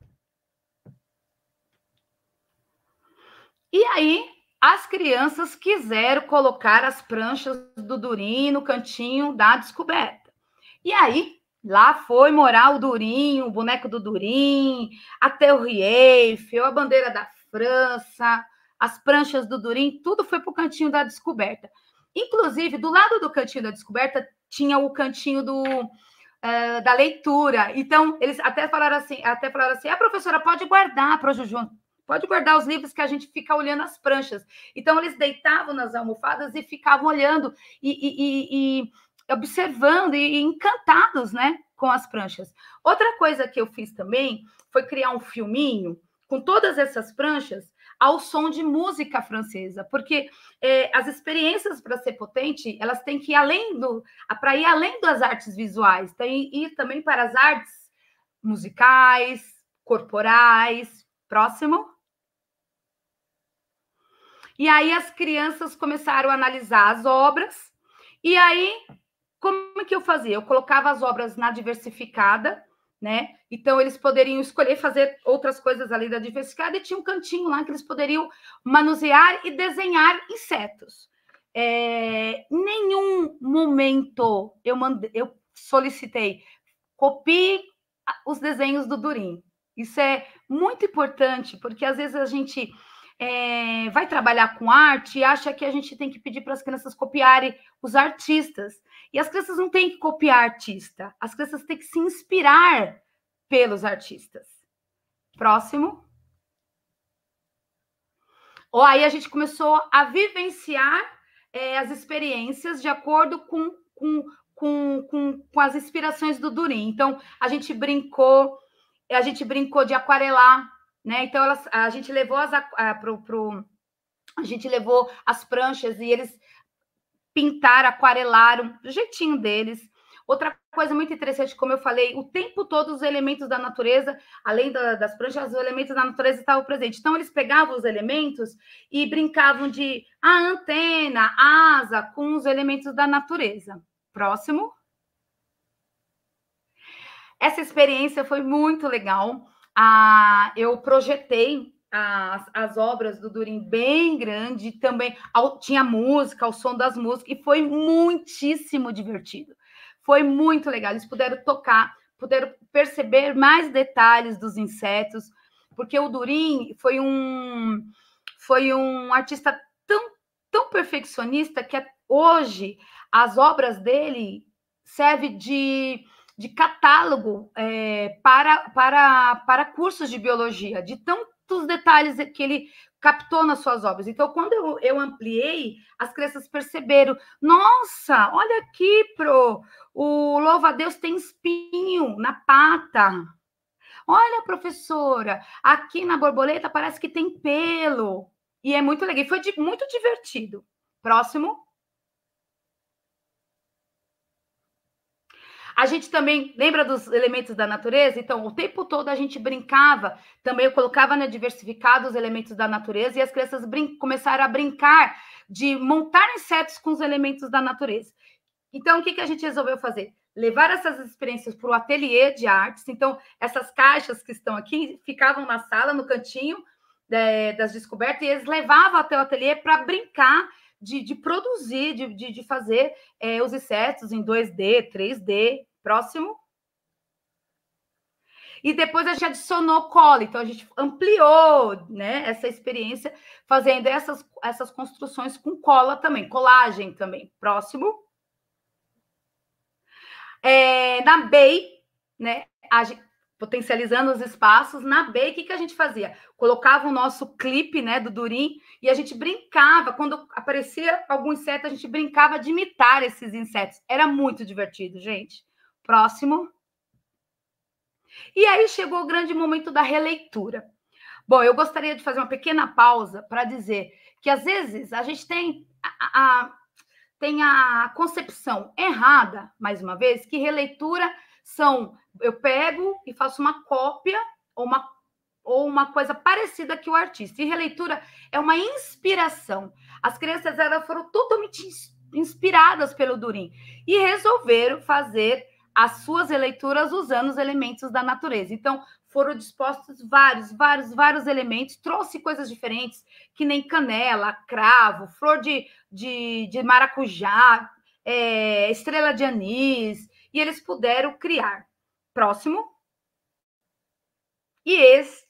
E aí, as crianças quiseram colocar as pranchas do Durin no cantinho da descoberta. E aí, lá foi morar o Durin, o boneco do Durin, a Torre Eiffel, a bandeira da França, as pranchas do Durin, tudo foi para o cantinho da descoberta. Inclusive, do lado do cantinho da descoberta, tinha o cantinho da leitura. Então, eles até falaram assim, a professora pode guardar para o Juju, pode guardar os livros que a gente fica olhando as pranchas. Então, eles deitavam nas almofadas e ficavam olhando e observando e encantados, né, com as pranchas. Outra coisa que eu fiz também foi criar um filminho com todas essas pranchas ao som de música francesa, porque as experiências para ser potente, elas têm que ir além das artes visuais, tem que ir também para as artes musicais, corporais. Próximo. E aí as crianças começaram a analisar as obras, e aí, como que eu fazia? Eu colocava as obras na diversificada, né? Então, eles poderiam escolher fazer outras coisas além da diversificada e tinha um cantinho lá que eles poderiam manusear e desenhar insetos. Em nenhum momento eu solicitei copie os desenhos do Durim. Isso é muito importante, porque às vezes a gente vai trabalhar com arte e acha que a gente tem que pedir para as crianças copiarem os artistas. E as crianças não têm que copiar artista, as crianças têm que se inspirar pelos artistas. Próximo. Ou aí a gente começou a vivenciar as experiências de acordo com as inspirações do Durim. Então, a gente brincou de aquarelar, né? Então, a gente levou as pranchas e eles pintaram, aquarelaram do jeitinho deles. Outra coisa muito interessante, como eu falei, o tempo todo os elementos da natureza, além das pranchas, os elementos da natureza estavam presentes. Então, eles pegavam os elementos e brincavam de antena, asa, com os elementos da natureza. Próximo. Essa experiência foi muito legal. Eu projetei as obras do Durim bem grande, também tinha música, o som das músicas, e foi muitíssimo divertido. Foi muito legal. Eles puderam tocar, puderam perceber mais detalhes dos insetos, porque o Durim foi um artista tão perfeccionista que hoje as obras dele servem de catálogo para cursos de biologia, de tantos detalhes que ele captou nas suas obras. Então, quando eu ampliei, as crianças perceberam, nossa, olha aqui, o louva-a-Deus tem espinho na pata. Olha, professora, aqui na borboleta parece que tem pelo. E é muito legal, foi muito divertido. Próximo. A gente também lembra dos elementos da natureza? Então, o tempo todo a gente brincava, também eu colocava na diversificada os elementos da natureza e as crianças começaram a brincar de montar insetos com os elementos da natureza. Então, o que a gente resolveu fazer? Levar essas experiências para o ateliê de artes. Então, essas caixas que estão aqui ficavam na sala, no cantinho das descobertas, e eles levavam até o ateliê para brincar de produzir, de fazer os insetos em 2D, 3D. Próximo. E depois a gente adicionou cola, então a gente ampliou, né, essa experiência, fazendo essas construções com cola também, colagem também. Próximo. Na BEI, né, potencializando os espaços, na BEI, o que a gente fazia? Colocava o nosso clipe, né, do Durim, e a gente brincava, quando aparecia algum inseto, a gente brincava de imitar esses insetos. Era muito divertido, gente. Próximo. E aí chegou o grande momento da releitura. Bom, eu gostaria de fazer uma pequena pausa para dizer que, às vezes, a gente tem a concepção errada, mais uma vez, que releitura eu pego e faço uma cópia ou uma coisa parecida que o artista. E releitura é uma inspiração. As crianças foram totalmente inspiradas pelo Durim e resolveram fazer as suas leituras usando os elementos da natureza. Então, foram dispostos vários elementos, trouxe coisas diferentes, que nem canela, cravo, flor de maracujá, estrela de anis, e eles puderam criar. Próximo. E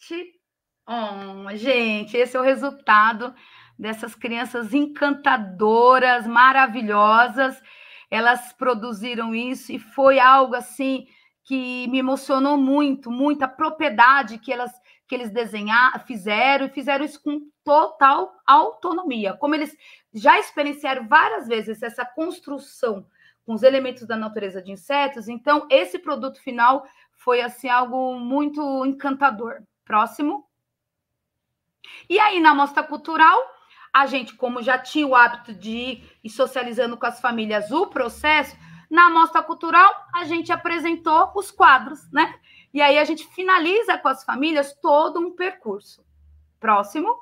gente, esse é o resultado dessas crianças encantadoras, maravilhosas. Elas produziram isso e foi algo assim que me emocionou muito a propriedade que eles fizeram isso com total autonomia. Como eles já experienciaram várias vezes essa construção com os elementos da natureza de insetos, então esse produto final foi assim algo muito encantador. Próximo. E aí, na mostra cultural, a gente, como já tinha o hábito de ir socializando com as famílias o processo, na mostra cultural, a gente apresentou os quadros, né? E aí a gente finaliza com as famílias todo um percurso. Próximo.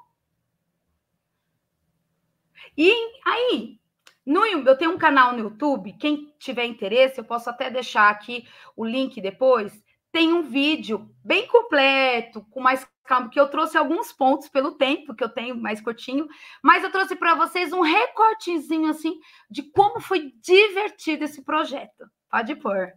E aí, eu tenho um canal no YouTube, quem tiver interesse, eu posso até deixar aqui o link depois, tem um vídeo bem completo, com mais calma, que eu trouxe alguns pontos pelo tempo, que eu tenho mais curtinho, mas eu trouxe para vocês um recortezinho, assim, de como foi divertido esse projeto. Pode pôr.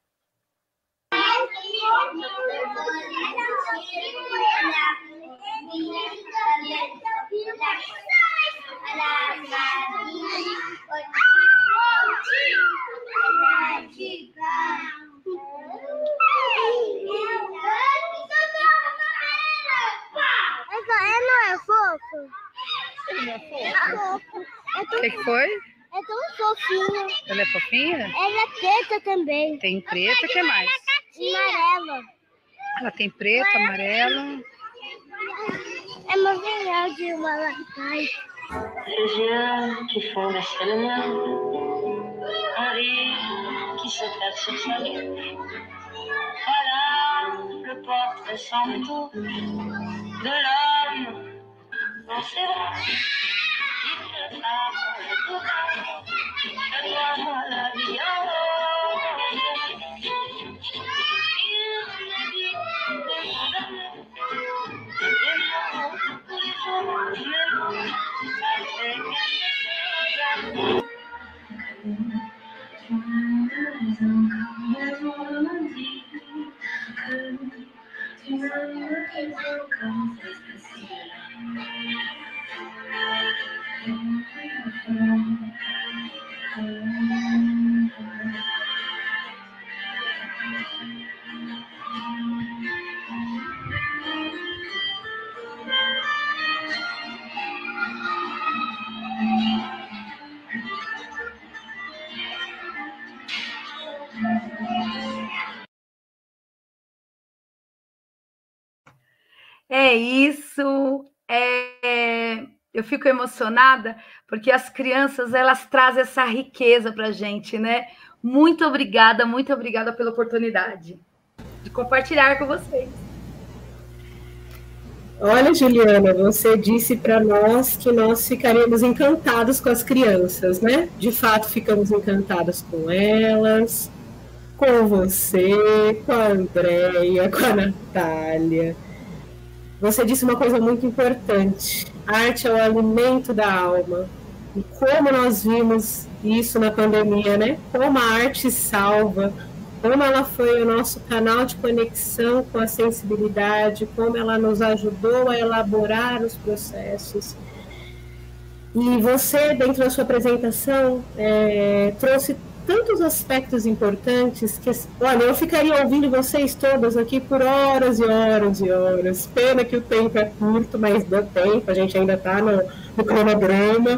Não é fofo? Ele não é fofo? É fofo. O que foi? É tão fofinho. Ela é fofinha? Ela é preta também. Tem preto, o que mais? E amarela. Ela tem preto, amarelo. É uma real de uma lacai. Ces yeux qui font baisser le mien, un rire qui se perd sur sa joue. Voilà le portrait sans retour de l'homme dans ses bras. Il te frappe tout à je dois la vie en rose. Il me dit des mots d'amour, des mots tous les jours, mais non, ça fait quelque chose à vous. É isso, eu fico emocionada porque as crianças, elas trazem essa riqueza para a gente, né? Muito obrigada pela oportunidade de compartilhar com vocês. Olha, Juliana, você disse para nós que nós ficaríamos encantados com as crianças, né? De fato, ficamos encantados com elas, com você, com a Andréia, com a Natália. Você disse uma coisa muito importante. A arte é o alimento da alma. E como nós vimos isso na pandemia, né? Como a arte salva, como ela foi o nosso canal de conexão com a sensibilidade, como ela nos ajudou a elaborar os processos. E você, dentro da sua apresentação, trouxe tantos aspectos importantes que, olha, eu ficaria ouvindo vocês todas aqui por horas e horas e horas. Pena que o tempo é curto, mas dá tempo, a gente ainda está no cronograma.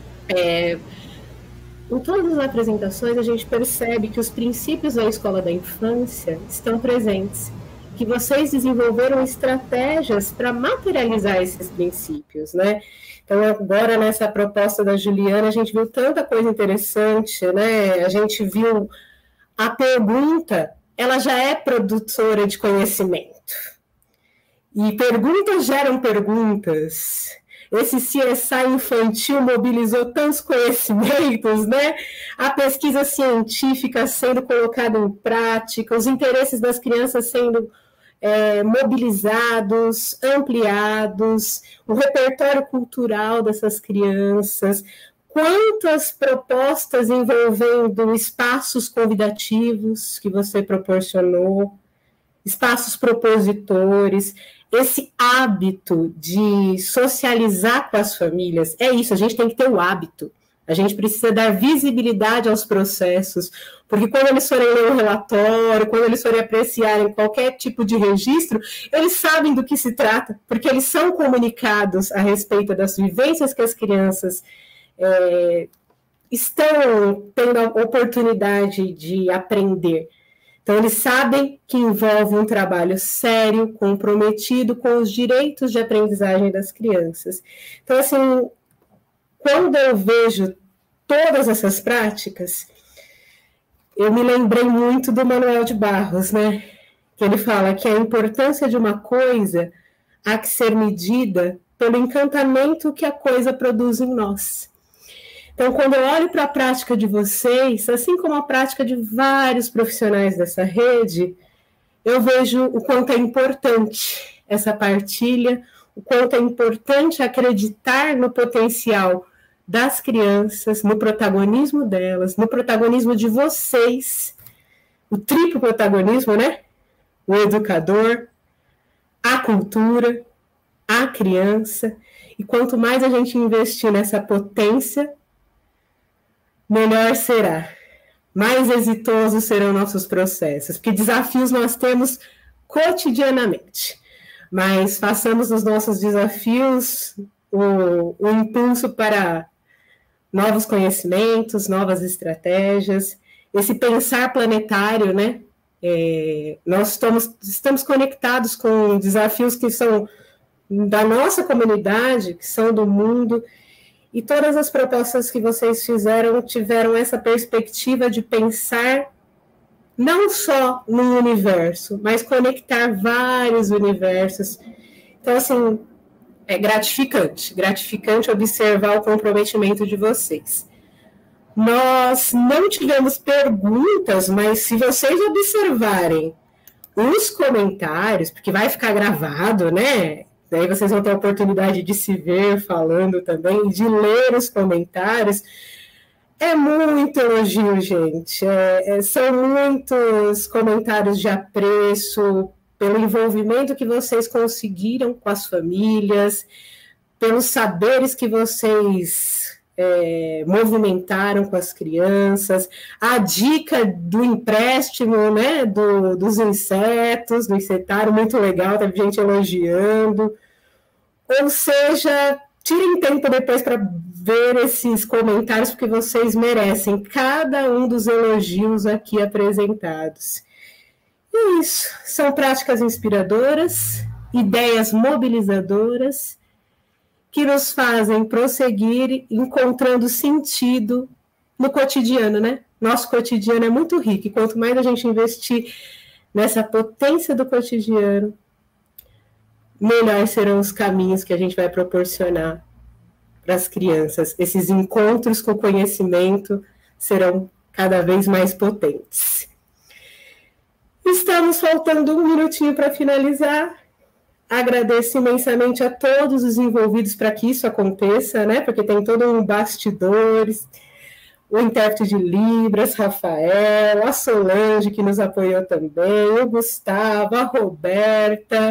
Em todas as apresentações, a gente percebe que os princípios da Escola da Infância estão presentes, que vocês desenvolveram estratégias para materializar esses princípios, né? Então, agora, nessa proposta da Juliana, a gente viu tanta coisa interessante, né? A gente viu a pergunta, ela já é produtora de conhecimento. E perguntas geram perguntas. Esse CSI infantil mobilizou tantos conhecimentos, né? A pesquisa científica sendo colocada em prática, os interesses das crianças sendo mobilizados, ampliados, o repertório cultural dessas crianças, quantas propostas envolvendo espaços convidativos que você proporcionou, espaços propositores, esse hábito de socializar com as famílias, é isso, a gente tem que ter o hábito. A gente precisa dar visibilidade aos processos, porque quando eles forem ler um relatório, quando eles forem apreciarem qualquer tipo de registro, eles sabem do que se trata, porque eles são comunicados a respeito das vivências que as crianças estão tendo a oportunidade de aprender. Então, eles sabem que envolve um trabalho sério, comprometido com os direitos de aprendizagem das crianças. Então, assim, quando eu vejo todas essas práticas, eu me lembrei muito do Manuel de Barros, né? Que ele fala que a importância de uma coisa há que ser medida pelo encantamento que a coisa produz em nós. Então, quando eu olho para a prática de vocês, assim como a prática de vários profissionais dessa rede, eu vejo o quanto é importante essa partilha, o quanto é importante acreditar no potencial das crianças, no protagonismo delas, no protagonismo de vocês, o triplo protagonismo, né? O educador, a cultura, a criança. E quanto mais a gente investir nessa potência, melhor será. Mais exitosos serão nossos processos, porque desafios nós temos cotidianamente. Mas façamos os nossos desafios o impulso para novos conhecimentos, novas estratégias, esse pensar planetário, né? Nós estamos conectados com desafios que são da nossa comunidade, que são do mundo, e todas as propostas que vocês fizeram tiveram essa perspectiva de pensar não só num universo, mas conectar vários universos. Então, assim, é gratificante observar o comprometimento de vocês. Nós não tivemos perguntas, mas se vocês observarem os comentários, porque vai ficar gravado, né? Daí vocês vão ter a oportunidade de se ver falando também, de ler os comentários. É muito elogio, gente. São muitos comentários de apreço pelo envolvimento que vocês conseguiram com as famílias, pelos saberes que vocês movimentaram com as crianças, a dica do empréstimo, né, dos insetos, do insetário, muito legal, teve gente elogiando. Ou seja, tirem tempo depois para ver esses comentários, porque vocês merecem cada um dos elogios aqui apresentados. E isso, são práticas inspiradoras, ideias mobilizadoras, que nos fazem prosseguir encontrando sentido no cotidiano, né? Nosso cotidiano é muito rico, e quanto mais a gente investir nessa potência do cotidiano, melhor serão os caminhos que a gente vai proporcionar para as crianças. Esses encontros com conhecimento serão cada vez mais potentes. Estamos faltando um minutinho para finalizar. Agradeço imensamente a todos os envolvidos para que isso aconteça, né? Porque tem todo um bastidores, o intérprete de Libras, Rafael, a Solange, que nos apoiou também, o Gustavo, a Roberta.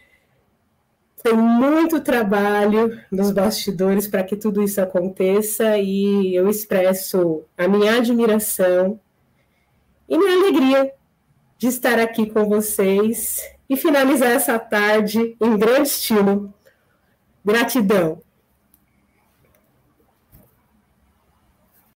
Tem muito trabalho nos bastidores para que tudo isso aconteça, e eu expresso a minha admiração e minha alegria de estar aqui com vocês e finalizar essa tarde em grande estilo. Gratidão.